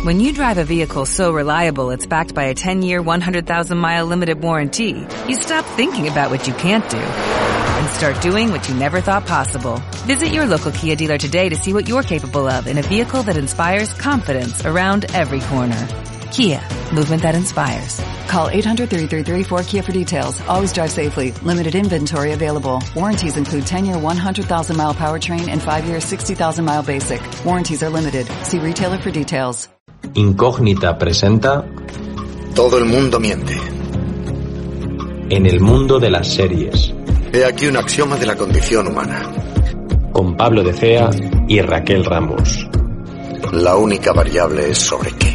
When you drive a vehicle so reliable it's backed by a 10-year, 100,000-mile limited warranty, you stop thinking about what you can't do and start doing what you never thought possible. Visit your local Kia dealer today to see what you're capable of in a vehicle that inspires confidence around every corner. Kia, movement that inspires. Call 800-3334-KIA for details. Always drive safely. Limited inventory available. Warranties include 10-year 100,000-mile powertrain and 5-year 60,000-mile basic. Warranties are limited. See retailer for details. Incógnita presenta Todo el mundo miente. En el mundo de las series. He aquí un axioma de la condición humana. Con Pablo de Cea y Raquel Ramos. La única variable es sobre qué.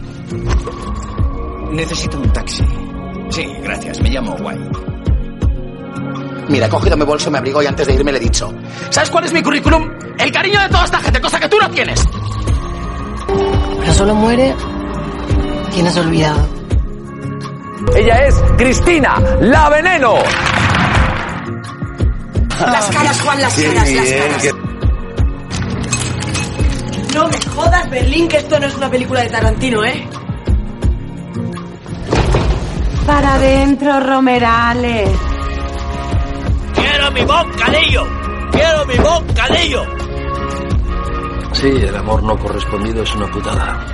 Necesito un taxi. Sí, gracias, me llamo White. Mira, he cogido mi bolso, me abrigo y antes de irme le he dicho: ¿sabes cuál es mi currículum? El cariño de toda esta gente, cosa que tú no tienes. Pero solo muere quien has olvidado. Ella es Cristina, la Veneno. Las caras, Juan, las caras. No me jodas, Berlín, que esto no es una película de Tarantino, ¿eh? Para adentro, Romerales. ¡Quiero mi bocadillo! ¡Quiero mi bocadillo! Sí, el amor no correspondido es una putada.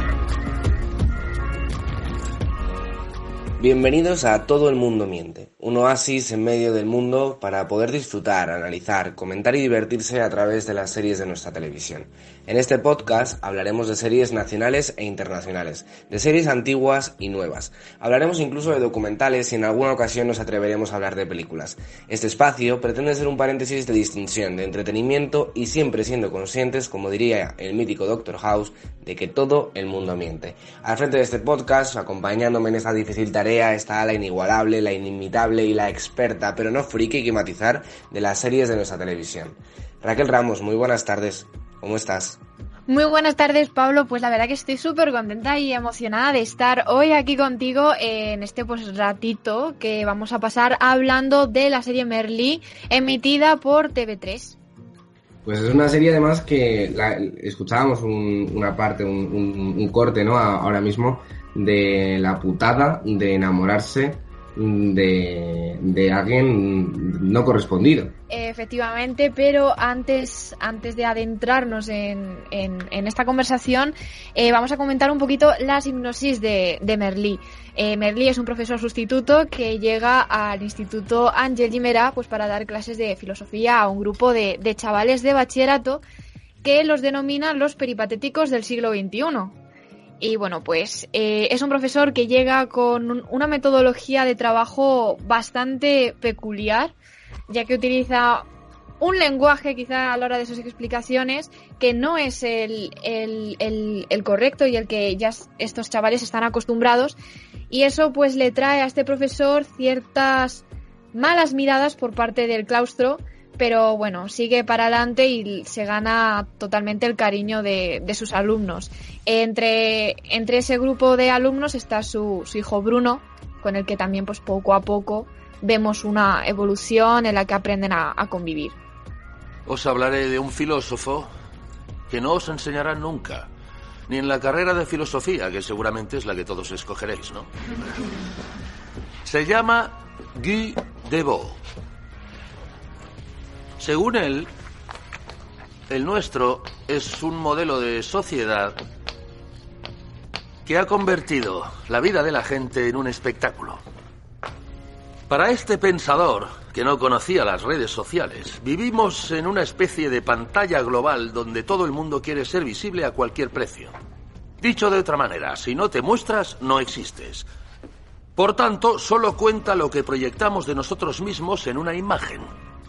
Bienvenidos a Todo el Mundo Miente, un oasis en medio del mundo para poder disfrutar, analizar, comentar y divertirse a través de las series de nuestra televisión. En este podcast hablaremos de series nacionales e internacionales, de series antiguas y nuevas. Hablaremos incluso de documentales y en alguna ocasión nos atreveremos a hablar de películas. Este espacio pretende ser un paréntesis de distinción, de entretenimiento y siempre siendo conscientes, como diría el mítico Dr. House, de que todo el mundo miente. Al frente de este podcast, acompañándome en esta difícil tarea, está la inigualable, la inimitable y la experta, pero no friki, hay que matizar, de las series de nuestra televisión. Raquel Ramos, muy buenas tardes. ¿Cómo estás? Muy buenas tardes, Pablo. Pues la verdad que estoy súper contenta y emocionada de estar hoy aquí contigo en este ratito que vamos a pasar hablando de la serie Merlí, emitida por TV3. Pues es una serie además que escuchábamos una parte, un corte, ¿no? Ahora mismo de la putada de enamorarse de alguien no correspondido. Efectivamente, pero antes de adentrarnos en esta conversación, vamos a comentar un poquito la hipnosis de Merlí. Merlí es un profesor sustituto que llega al Instituto Ángel Guimerà pues para dar clases de filosofía a un grupo de chavales de bachillerato que los denominan los peripatéticos del siglo XXI. Y bueno, pues es un profesor que llega con una metodología de trabajo bastante peculiar, ya que utiliza un lenguaje quizá a la hora de sus explicaciones que no es el correcto y el que ya estos chavales están acostumbrados, y eso pues le trae a este profesor ciertas malas miradas por parte del claustro, pero bueno, sigue para adelante y se gana totalmente el cariño de sus alumnos. Entre ese grupo de alumnos está su hijo Bruno, con el que también pues poco a poco vemos una evolución en la que aprenden a convivir. Os hablaré de un filósofo que no os enseñarán nunca, ni en la carrera de filosofía, que seguramente es la que todos escogeréis, ¿no? Se llama Guy Debord. Según él, el nuestro es un modelo de sociedad que ha convertido la vida de la gente en un espectáculo. Para este pensador, que no conocía las redes sociales, vivimos en una especie de pantalla global donde todo el mundo quiere ser visible a cualquier precio. Dicho de otra manera, si no te muestras, no existes. Por tanto, solo cuenta lo que proyectamos de nosotros mismos en una imagen.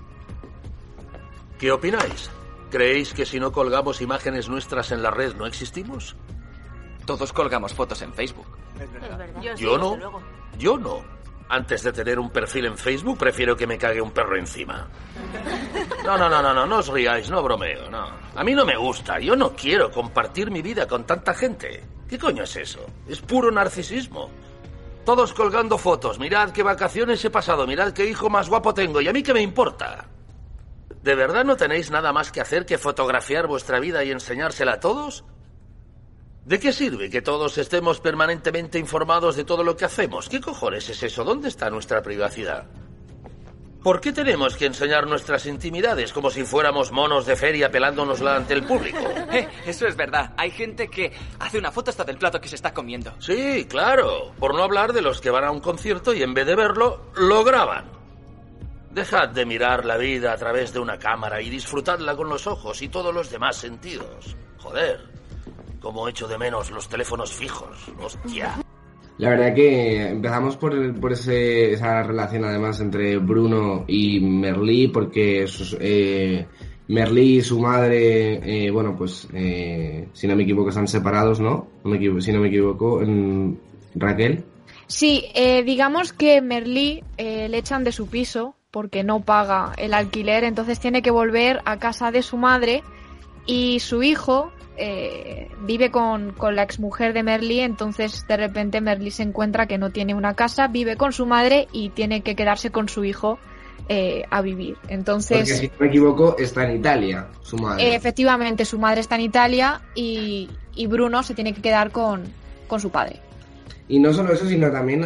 ¿Qué opináis? ¿Creéis que si no colgamos imágenes nuestras en la red no existimos? Todos colgamos fotos en Facebook. Es verdad. Yo no. Antes de tener un perfil en Facebook, prefiero que me cague un perro encima. No os riáis, no bromeo, no. A mí no me gusta, yo no quiero compartir mi vida con tanta gente. ¿Qué coño es eso? Es puro narcisismo. Todos colgando fotos, mirad qué vacaciones he pasado, mirad qué hijo más guapo tengo, ¿y a mí qué me importa? ¿De verdad no tenéis nada más que hacer que fotografiar vuestra vida y enseñársela a todos? ¿De qué sirve que todos estemos permanentemente informados de todo lo que hacemos? ¿Qué cojones es eso? ¿Dónde está nuestra privacidad? ¿Por qué tenemos que enseñar nuestras intimidades como si fuéramos monos de feria pelándonosla ante el público? Eso es verdad. Hay gente que hace una foto hasta del plato que se está comiendo. Sí, claro. Por no hablar de los que van a un concierto y en vez de verlo, lo graban. Dejad de mirar la vida a través de una cámara y disfrutadla con los ojos y todos los demás sentidos. Joder, cómo echo de menos los teléfonos fijos. Hostia. La verdad que empezamos por esa relación además entre Bruno y Merlí, porque Merlí y su madre, si no me equivoco, están separados, ¿no? Si no me equivoco, Raquel. Sí, digamos que Merlí le echan de su piso porque no paga el alquiler, entonces tiene que volver a casa de su madre y su hijo vive con la exmujer de Merlí, entonces de repente Merlí se encuentra que no tiene una casa, vive con su madre y tiene que quedarse con su hijo a vivir. Entonces, porque si no me equivoco está en Italia, su madre. Efectivamente, su madre está en Italia y Bruno se tiene que quedar con su padre. Y no solo eso, sino también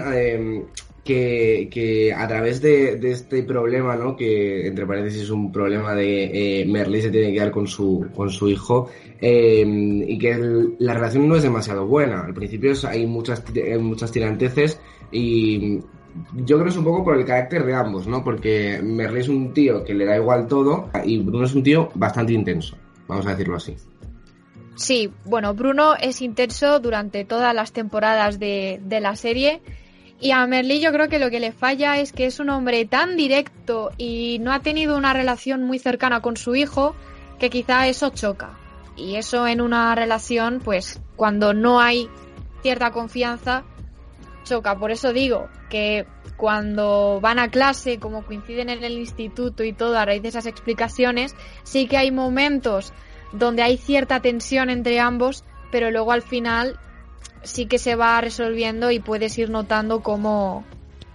que a través de este problema, ¿no? Que entre paréntesis es un problema de Merlí se tiene que quedar con su hijo, y que la relación no es demasiado buena. Al principio hay muchas tiranteces y yo creo que es un poco por el carácter de ambos, ¿no? Porque Merlí es un tío que le da igual todo y Bruno es un tío bastante intenso, vamos a decirlo así. Sí, bueno, Bruno es intenso durante todas las temporadas de la serie. Y a Merlí yo creo que lo que le falla es que es un hombre tan directo y no ha tenido una relación muy cercana con su hijo, que quizá eso choca. Y eso en una relación, pues cuando no hay cierta confianza, choca. Por eso digo que cuando van a clase, como coinciden en el instituto y todo, a raíz de esas explicaciones, sí que hay momentos donde hay cierta tensión entre ambos, pero luego al final sí que se va resolviendo y puedes ir notando cómo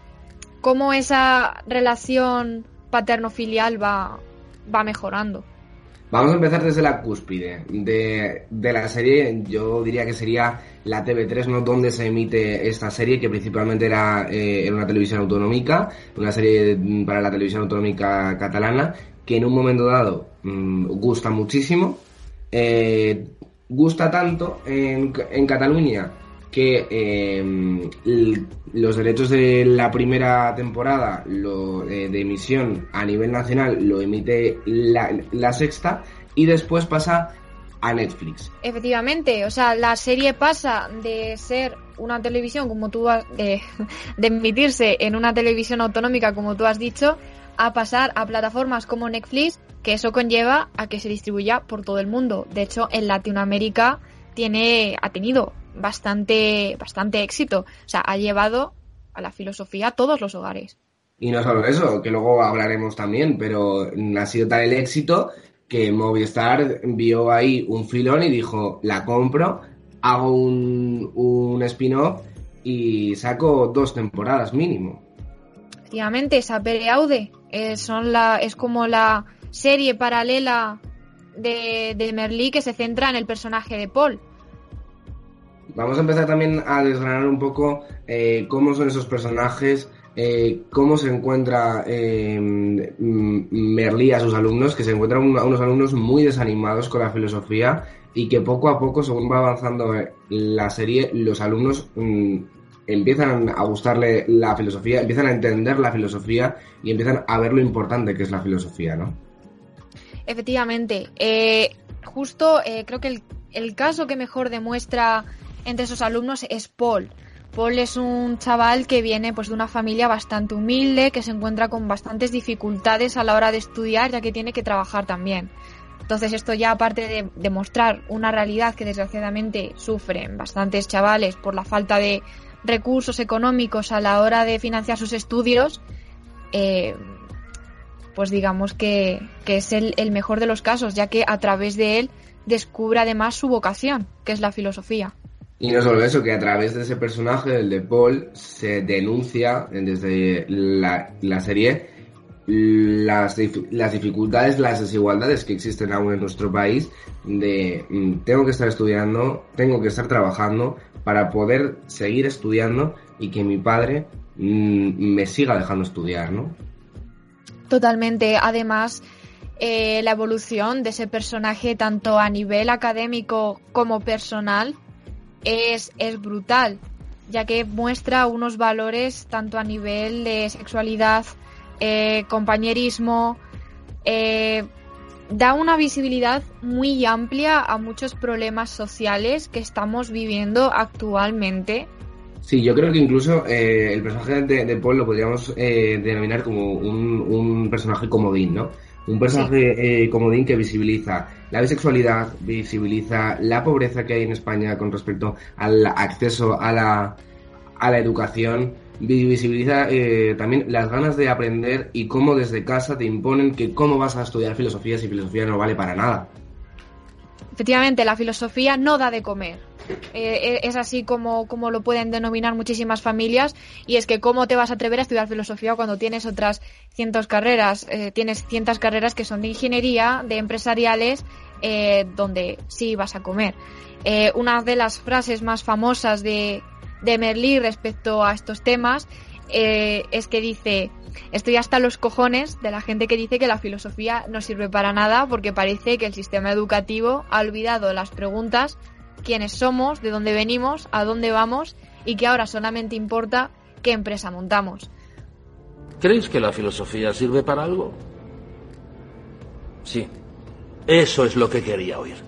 esa relación paterno-filial va mejorando. Vamos a empezar desde la cúspide de la serie. Yo diría que sería la TV3, ¿no? Donde se emite esta serie, que principalmente era una televisión autonómica, una serie para la televisión autonómica catalana, que en un momento dado gusta muchísimo. Gusta tanto en Cataluña que los derechos de la primera temporada de emisión a nivel nacional lo emite la Sexta y después pasa a Netflix. Efectivamente, o sea, la serie pasa de ser una televisión, como tú de emitirse en una televisión autonómica, como tú has dicho, a pasar a plataformas como Netflix, que eso conlleva a que se distribuya por todo el mundo. De hecho, en Latinoamérica ha tenido bastante éxito. O sea, ha llevado a la filosofía a todos los hogares. Y no solo eso, que luego hablaremos también, pero ha sido tal el éxito que Movistar vio ahí un filón y dijo, la compro, hago un spin-off y saco 2 temporadas mínimo. Efectivamente, Sapere Aude es como la serie paralela de Merlí, que se centra en el personaje de Paul. Vamos a empezar también a desgranar un poco cómo son esos personajes, cómo se encuentra Merlí a sus alumnos, que se encuentran unos alumnos muy desanimados con la filosofía y que poco a poco, según va avanzando la serie, los alumnos empiezan a gustarle la filosofía, empiezan a entender la filosofía y empiezan a ver lo importante que es la filosofía, ¿no? Efectivamente. Creo que el caso que mejor demuestra entre esos alumnos es Paul. Paul es un chaval que viene pues de una familia bastante humilde, que se encuentra con bastantes dificultades a la hora de estudiar, ya que tiene que trabajar también. Entonces esto ya, aparte de demostrar una realidad que desgraciadamente sufren bastantes chavales por la falta de recursos económicos a la hora de financiar sus estudios, pues digamos que es el mejor de los casos, ya que a través de él descubre además su vocación, que es la filosofía. Y no solo eso, que a través de ese personaje, el de Paul, se denuncia desde la serie las dificultades, las desigualdades que existen aún en nuestro país, de tengo que estar estudiando, tengo que estar trabajando para poder seguir estudiando y que mi padre me siga dejando estudiar, ¿no? Totalmente. Además, la evolución de ese personaje, tanto a nivel académico como personal, es brutal, ya que muestra unos valores tanto a nivel de sexualidad, compañerismo, da una visibilidad muy amplia a muchos problemas sociales que estamos viviendo actualmente. Sí, yo creo que incluso el personaje de Paul lo podríamos denominar como un personaje comodín, ¿no? Un personaje comodín que visibiliza la bisexualidad, visibiliza la pobreza que hay en España con respecto al acceso a la educación, visibiliza también las ganas de aprender y cómo desde casa te imponen que cómo vas a estudiar filosofía si filosofía no vale para nada. Efectivamente, la filosofía no da de comer. Es así como lo pueden denominar muchísimas familias, y es que cómo te vas a atrever a estudiar filosofía cuando tienes otras cientos carreras, tienes cientos carreras que son de ingeniería, de empresariales, donde sí vas a comer. Una de las frases más famosas de Merlí respecto a estos temas es que dice: estoy hasta los cojones de la gente que dice que la filosofía no sirve para nada, porque parece que el sistema educativo ha olvidado las preguntas: quiénes somos, de dónde venimos, a dónde vamos, y que ahora solamente importa qué empresa montamos. ¿Creéis que la filosofía sirve para algo? Sí, eso es lo que quería oír.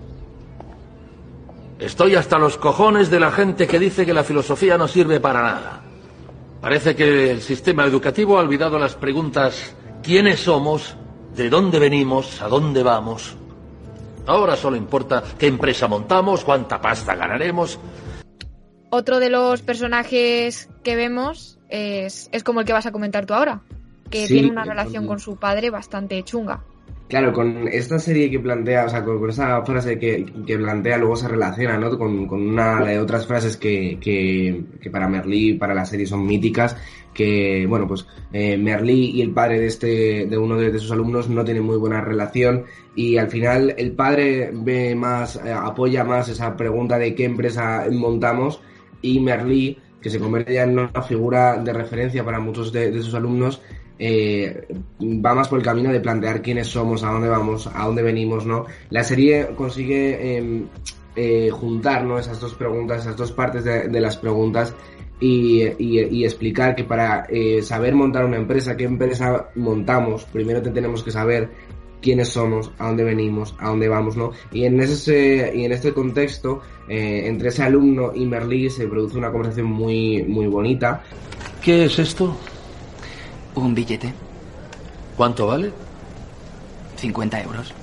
Estoy hasta los cojones de la gente que dice que la filosofía no sirve para nada. Parece que el sistema educativo ha olvidado las preguntas: ¿quiénes somos? ¿De dónde venimos? ¿A dónde vamos? Ahora solo importa qué empresa montamos, cuánta pasta ganaremos. Otro de los personajes que vemos es como el que vas a comentar tú ahora, que tiene una relación con su padre bastante chunga. Claro, con esta serie que plantea, o sea, con esa frase que plantea, luego se relaciona, ¿no? Con una de otras frases que para Merlí, para la serie, son míticas, que, bueno, pues Merlí y el padre de uno de sus alumnos no tienen muy buena relación, y al final el padre ve más, apoya más esa pregunta de qué empresa montamos, y Merlí, que se convierte ya en una figura de referencia para muchos de sus alumnos, va más por el camino de plantear quiénes somos, a dónde vamos, a dónde venimos, ¿no? La serie consigue juntar, ¿no?, esas dos preguntas, esas dos partes de las preguntas, y explicar que para saber montar una empresa, qué empresa montamos, primero tenemos que saber quiénes somos, a dónde venimos, a dónde vamos, ¿no? Y en este contexto, entre ese alumno y Merlí se produce una conversación muy, muy bonita. ¿Qué es esto? Un billete. ¿Cuánto vale? 50 euros.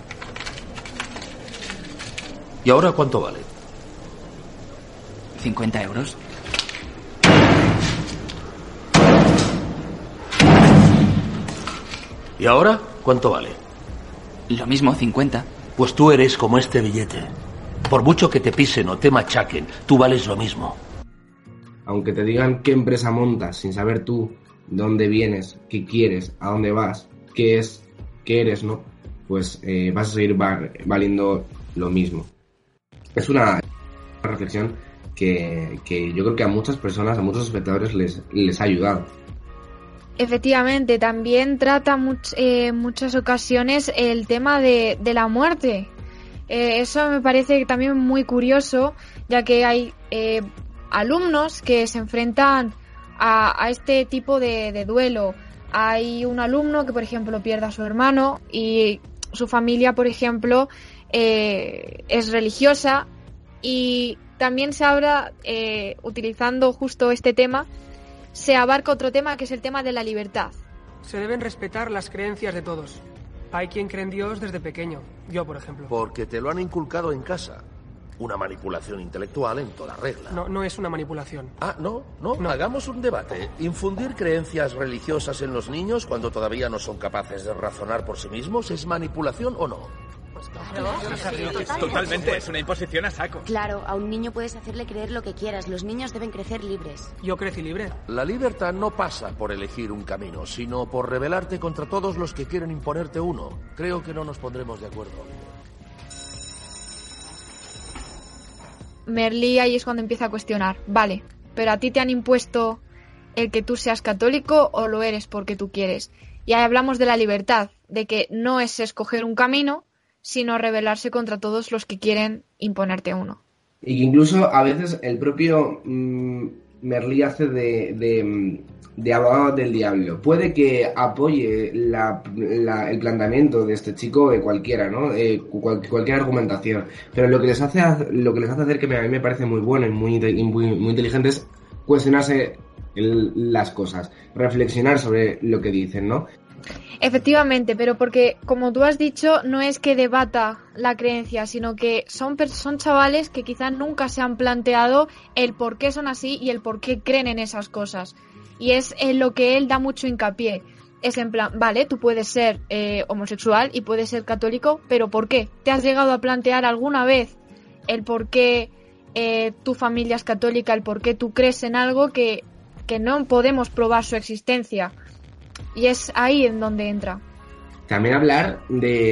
¿Y ahora cuánto vale? 50 euros. ¿Y ahora cuánto vale? Lo mismo, 50. Pues tú eres como este billete. Por mucho que te pisen o te machaquen, tú vales lo mismo. Aunque te digan qué empresa montas sin saber tú dónde vienes, qué quieres, a dónde vas, qué eres, ¿no? Pues vas a seguir valiendo lo mismo. Es una reflexión que yo creo que a muchas personas, a muchos espectadores les ha ayudado. Efectivamente, también trata muchas ocasiones el tema de la muerte. Eso me parece también muy curioso, ya que hay alumnos que se enfrentan a este tipo de duelo. Hay un alumno que, por ejemplo, pierde a su hermano, y su familia, por ejemplo, es religiosa, y también se habla, utilizando justo este tema, se abarca otro tema, que es el tema de la libertad. Se deben respetar las creencias de todos. Hay quien cree en Dios desde pequeño, yo, por ejemplo. Porque te lo han inculcado en casa. Una manipulación intelectual en toda regla. No es una manipulación. Ah, ¿no? Hagamos un debate. ¿Infundir creencias religiosas en los niños cuando todavía no son capaces de razonar por sí mismos es manipulación o no? Totalmente, es una imposición a saco. Claro, a un niño puedes hacerle creer lo que quieras. Los niños deben crecer libres. Yo crecí libre. La libertad no pasa por elegir un camino, sino por rebelarte contra todos los que quieren imponerte uno. Creo que no nos pondremos de acuerdo. Merlí ahí es cuando empieza a cuestionar. Vale, pero a ti te han impuesto el que tú seas católico o lo eres porque tú quieres. Y ahí hablamos de la libertad, de que no es escoger un camino, sino rebelarse contra todos los que quieren imponerte uno. Y que incluso a veces el propio Merlí hace de abogado del diablo. Puede que apoye el planteamiento de este chico, de cualquiera, ¿no? Cualquier argumentación. Pero lo que les hace hacer, que a mí me parece muy bueno y muy inteligente, es cuestionarse las cosas, reflexionar sobre lo que dicen, ¿no? Efectivamente, pero porque, como tú has dicho, no es que debata la creencia, sino que son chavales que quizás nunca se han planteado el por qué son así y el por qué creen en esas cosas. Y es en lo que él da mucho hincapié. Es en plan, vale, tú puedes ser homosexual y puedes ser católico, pero ¿por qué? ¿Te has llegado a plantear alguna vez el por qué tu familia es católica, el por qué tú crees en algo que no podemos probar su existencia? Y es ahí en donde entra. También hablar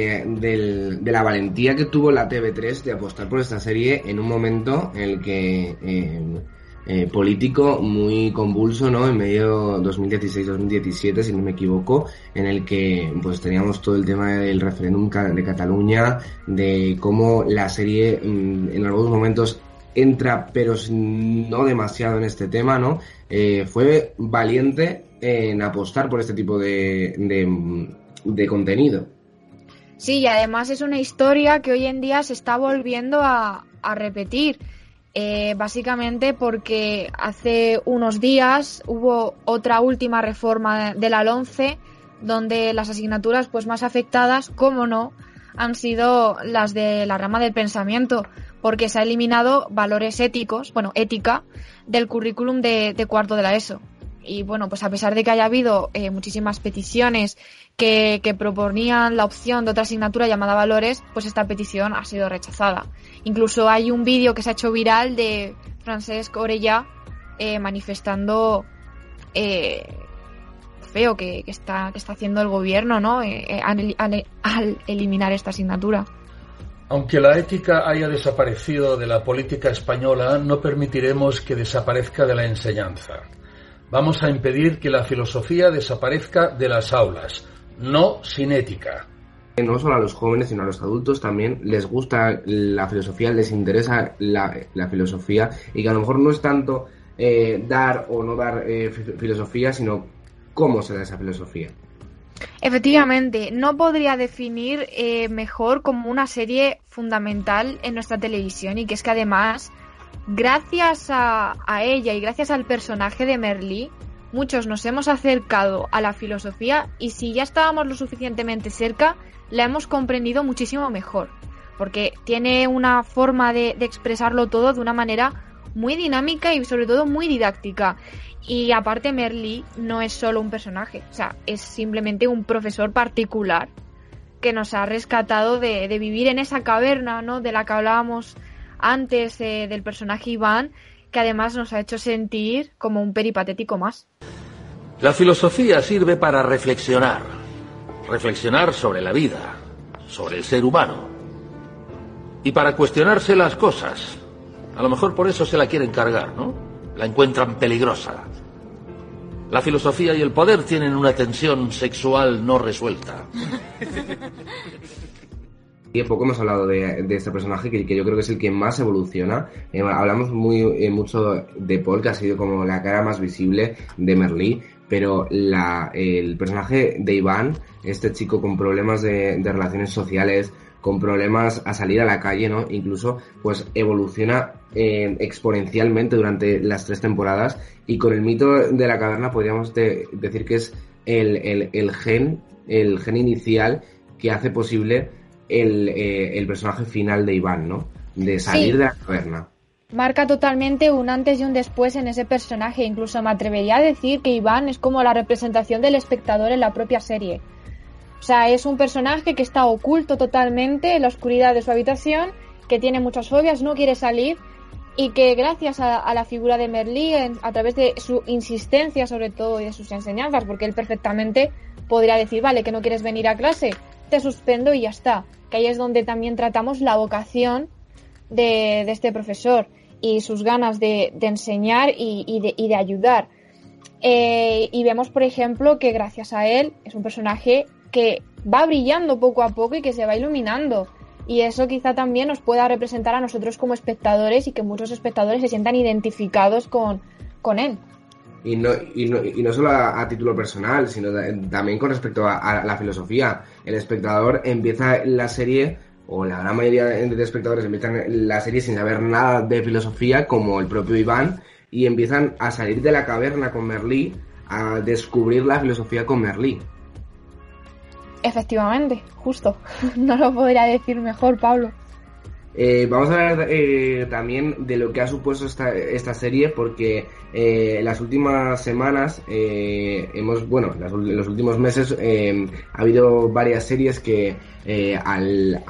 de la valentía que tuvo la TV3 de apostar por esta serie en un momento en el que político muy convulso, ¿no? En medio 2016-2017, si no me equivoco, en el que pues teníamos todo el tema del referéndum de Cataluña, de cómo la serie en algunos momentos entra, pero no demasiado en este tema, ¿no? Fue valiente en apostar por este tipo de contenido. Sí, y además es una historia que hoy en día se está volviendo a repetir, básicamente porque hace unos días hubo otra última reforma de la LOMCE, donde las asignaturas pues más afectadas, cómo no, han sido las de la rama del pensamiento, porque se ha eliminado valores éticos, ética, del currículum de cuarto de la ESO. Y bueno, pues a pesar de que haya habido muchísimas peticiones que proponían la opción de otra asignatura llamada valores, pues esta petición ha sido rechazada. Incluso hay un vídeo que se ha hecho viral de Francesc Orellà manifestando feo que está haciendo el gobierno, ¿no? Al eliminar esta asignatura. Aunque la ética haya desaparecido de la política española, no permitiremos que desaparezca de la enseñanza. Vamos a impedir que la filosofía desaparezca de las aulas, no sin ética. No solo a los jóvenes, sino a los adultos también les gusta la filosofía, les interesa la filosofía, y que a lo mejor no es tanto dar o no dar filosofía, sino cómo se da esa filosofía. Efectivamente, no podría definir mejor como una serie fundamental en nuestra televisión, y que es que además, gracias a ella y gracias al personaje de Merlí, muchos nos hemos acercado a la filosofía, y si ya estábamos lo suficientemente cerca, la hemos comprendido muchísimo mejor, porque tiene una forma de expresarlo todo de una manera muy dinámica y sobre todo muy didáctica. Y aparte, Merlí no es solo un personaje, o sea, es simplemente un profesor particular que nos ha rescatado de vivir en esa caverna, ¿no?, de la que hablábamos antes, del personaje Iván, que además nos ha hecho sentir como un peripatético más. La filosofía sirve para reflexionar sobre la vida, sobre el ser humano, y para cuestionarse las cosas. A lo mejor por eso se la quieren cargar, ¿no? La encuentran peligrosa. La filosofía y el poder tienen una tensión sexual no resuelta. Y poco hemos hablado de este personaje, que yo creo que es el que más evoluciona. Hablamos mucho de Paul, que ha sido como la cara más visible de Merlí, pero el personaje de Iván, este chico con problemas de relaciones sociales, con problemas a salir a la calle, ¿no? Incluso, pues evoluciona exponencialmente durante las 3 temporadas, y con el mito de la caverna podríamos decir que es el gen inicial que hace posible el personaje final de Iván, ¿no? De salir de la caverna. Marca totalmente un antes y un después en ese personaje. Incluso me atrevería a decir que Iván es como la representación del espectador en la propia serie. O sea, es un personaje que está oculto totalmente en la oscuridad de su habitación, que tiene muchas fobias, no quiere salir, y que gracias a la figura de Merlí, a través de su insistencia sobre todo y de sus enseñanzas, porque él perfectamente podría decir, vale, que no quieres venir a clase, te suspendo y ya está. Que ahí es donde también tratamos la vocación de este profesor y sus ganas de enseñar y de ayudar. Y vemos, por ejemplo, que gracias a él es un personaje que va brillando poco a poco y que se va iluminando. Y eso quizá también nos pueda representar a nosotros como espectadores y que muchos espectadores se sientan identificados con él. Y no solo a título personal, sino también con respecto a la filosofía. El espectador empieza la serie, o la gran mayoría de espectadores empiezan la serie sin saber nada de filosofía, como el propio Iván, y empiezan a salir de la caverna con Merlí, a descubrir la filosofía con Merlí. Efectivamente, justo. No lo podría decir mejor, Pablo. Vamos a hablar también de lo que ha supuesto esta serie, porque las últimas semanas en los últimos meses ha habido varias series que al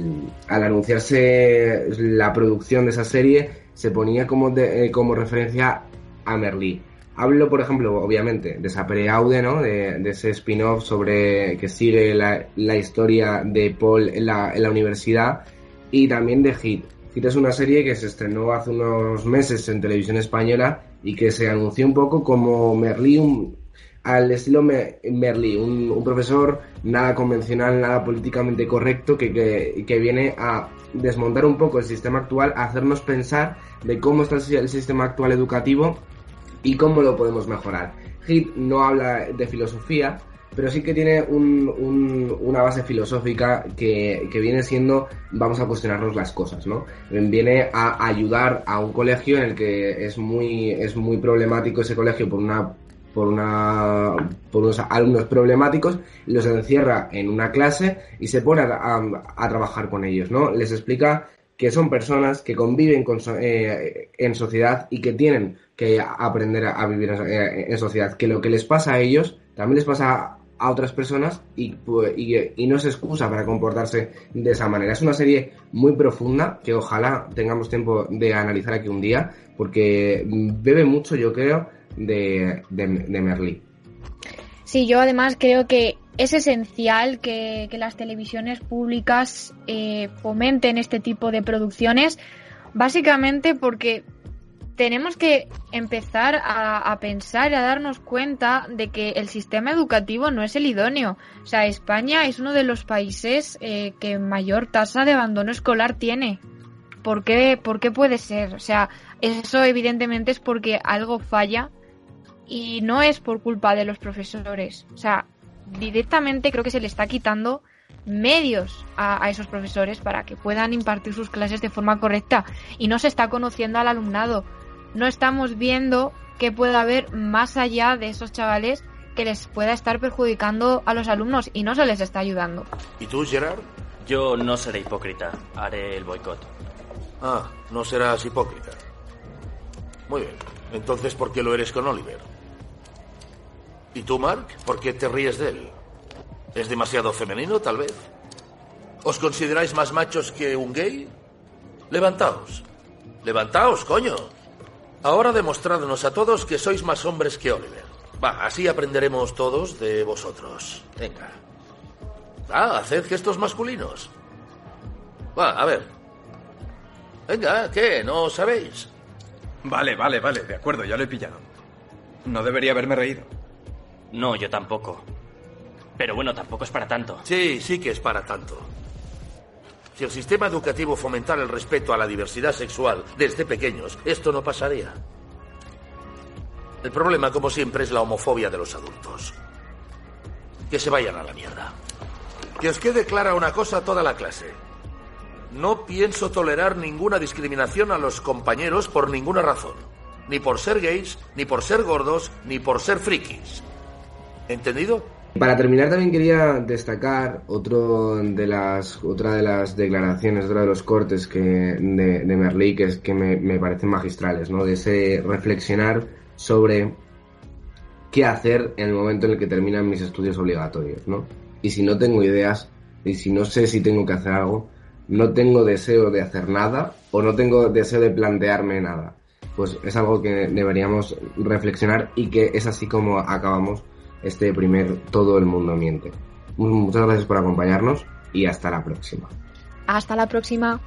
anunciarse la producción de esa serie se ponía como referencia a Merlí. Hablo, por ejemplo, obviamente, de Sapere Aude, ¿no? De ese spin-off que sigue la historia de Paul en la universidad, y también de Hit. Hit es una serie que se estrenó hace unos meses en televisión española y que se anunció un poco como Merlí, al estilo Merlí, un profesor nada convencional, nada políticamente correcto, que viene a desmontar un poco el sistema actual, a hacernos pensar de cómo está el sistema actual educativo y cómo lo podemos mejorar. Hit no habla de filosofía, pero sí que tiene una base filosófica que viene siendo, vamos a cuestionarnos las cosas, ¿no? Viene a ayudar a un colegio en el que es muy problemático ese colegio por unos alumnos problemáticos, y los encierra en una clase y se pone a trabajar con ellos, ¿no? Les explica que son personas que conviven en sociedad y que tienen que aprender a vivir en sociedad, que lo que les pasa a ellos también les pasa a otras personas y no se excusa para comportarse de esa manera. Es una serie muy profunda que ojalá tengamos tiempo de analizar aquí un día, porque bebe mucho, yo creo, de Merlí. Sí, yo además creo que es esencial que las televisiones públicas fomenten este tipo de producciones, básicamente porque tenemos que empezar a pensar y a darnos cuenta de que el sistema educativo no es el idóneo. O sea, España es uno de los países que mayor tasa de abandono escolar tiene. ¿Por qué puede ser? O sea, eso evidentemente es porque algo falla y no es por culpa de los profesores. O sea, directamente creo que se le está quitando medios a esos profesores para que puedan impartir sus clases de forma correcta, y no se está conociendo al alumnado. No estamos viendo qué puede haber más allá de esos chavales que les pueda estar perjudicando a los alumnos, y no se les está ayudando. ¿Y tú, Gerard? Yo no seré hipócrita, haré el boicot. Ah, no serás hipócrita. Muy bien, entonces ¿por qué lo eres con Oliver? ¿Y tú, Mark? ¿Por qué te ríes de él? ¿Es demasiado femenino, tal vez? ¿Os consideráis más machos que un gay? Levantaos. Levantaos, coño. Ahora demostradnos a todos que sois más hombres que Oliver. Va, así aprenderemos todos de vosotros. Venga. Haced gestos masculinos. Va, a ver. Venga, ¿qué? ¿No sabéis? Vale, de acuerdo, ya lo he pillado. No debería haberme reído. No, yo tampoco. Pero bueno, tampoco es para tanto. Sí que es para tanto. Si el sistema educativo fomentara el respeto a la diversidad sexual desde pequeños, esto no pasaría. El problema, como siempre, es la homofobia de los adultos. Que se vayan a la mierda. Que os quede clara una cosa a toda la clase. No pienso tolerar ninguna discriminación a los compañeros por ninguna razón. Ni por ser gays, ni por ser gordos, ni por ser frikis. ¿Entendido? Para terminar, también quería destacar otra de las declaraciones, otro de los cortes de Merlí, que me parecen magistrales, ¿no? De ese reflexionar sobre qué hacer en el momento en el que terminan mis estudios obligatorios, ¿no? y si no tengo ideas, y si no sé si tengo que hacer algo, no tengo deseo de hacer nada o no tengo deseo de plantearme nada. Pues es algo que deberíamos reflexionar y que es así como acabamos este primer Todo el mundo miente. Muchas gracias por acompañarnos y hasta la próxima. Hasta la próxima.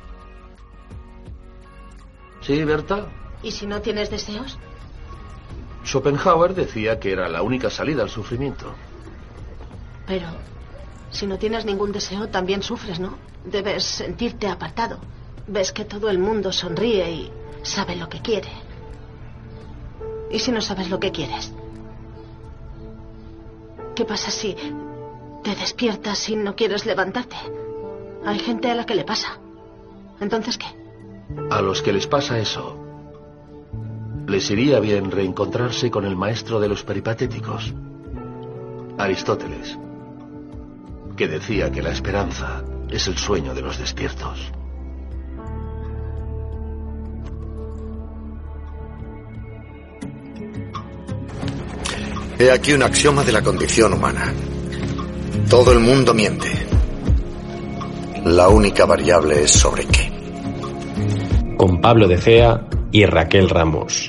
¿Sí, Berta? ¿Y si no tienes deseos? Schopenhauer decía que era la única salida al sufrimiento. Pero si no tienes ningún deseo, también sufres, ¿no? Debes sentirte apartado. Ves que todo el mundo sonríe y sabe lo que quiere. ¿Y si no sabes lo que quieres? ¿Qué pasa si te despiertas y no quieres levantarte? Hay gente a la que le pasa. ¿Entonces qué? A los que les pasa eso, les iría bien reencontrarse con el maestro de los peripatéticos, Aristóteles, que decía que la esperanza es el sueño de los despiertos. He aquí un axioma de la condición humana. Todo el mundo miente. La única variable es sobre qué. Con Pablo de Cea y Raquel Ramos.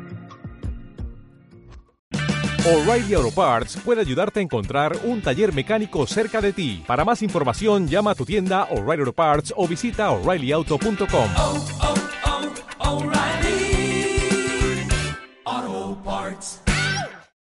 O'Reilly Auto Parts puede ayudarte a encontrar un taller mecánico cerca de ti. Para más información, llama a tu tienda O'Reilly Auto Parts o visita O'ReillyAuto.com.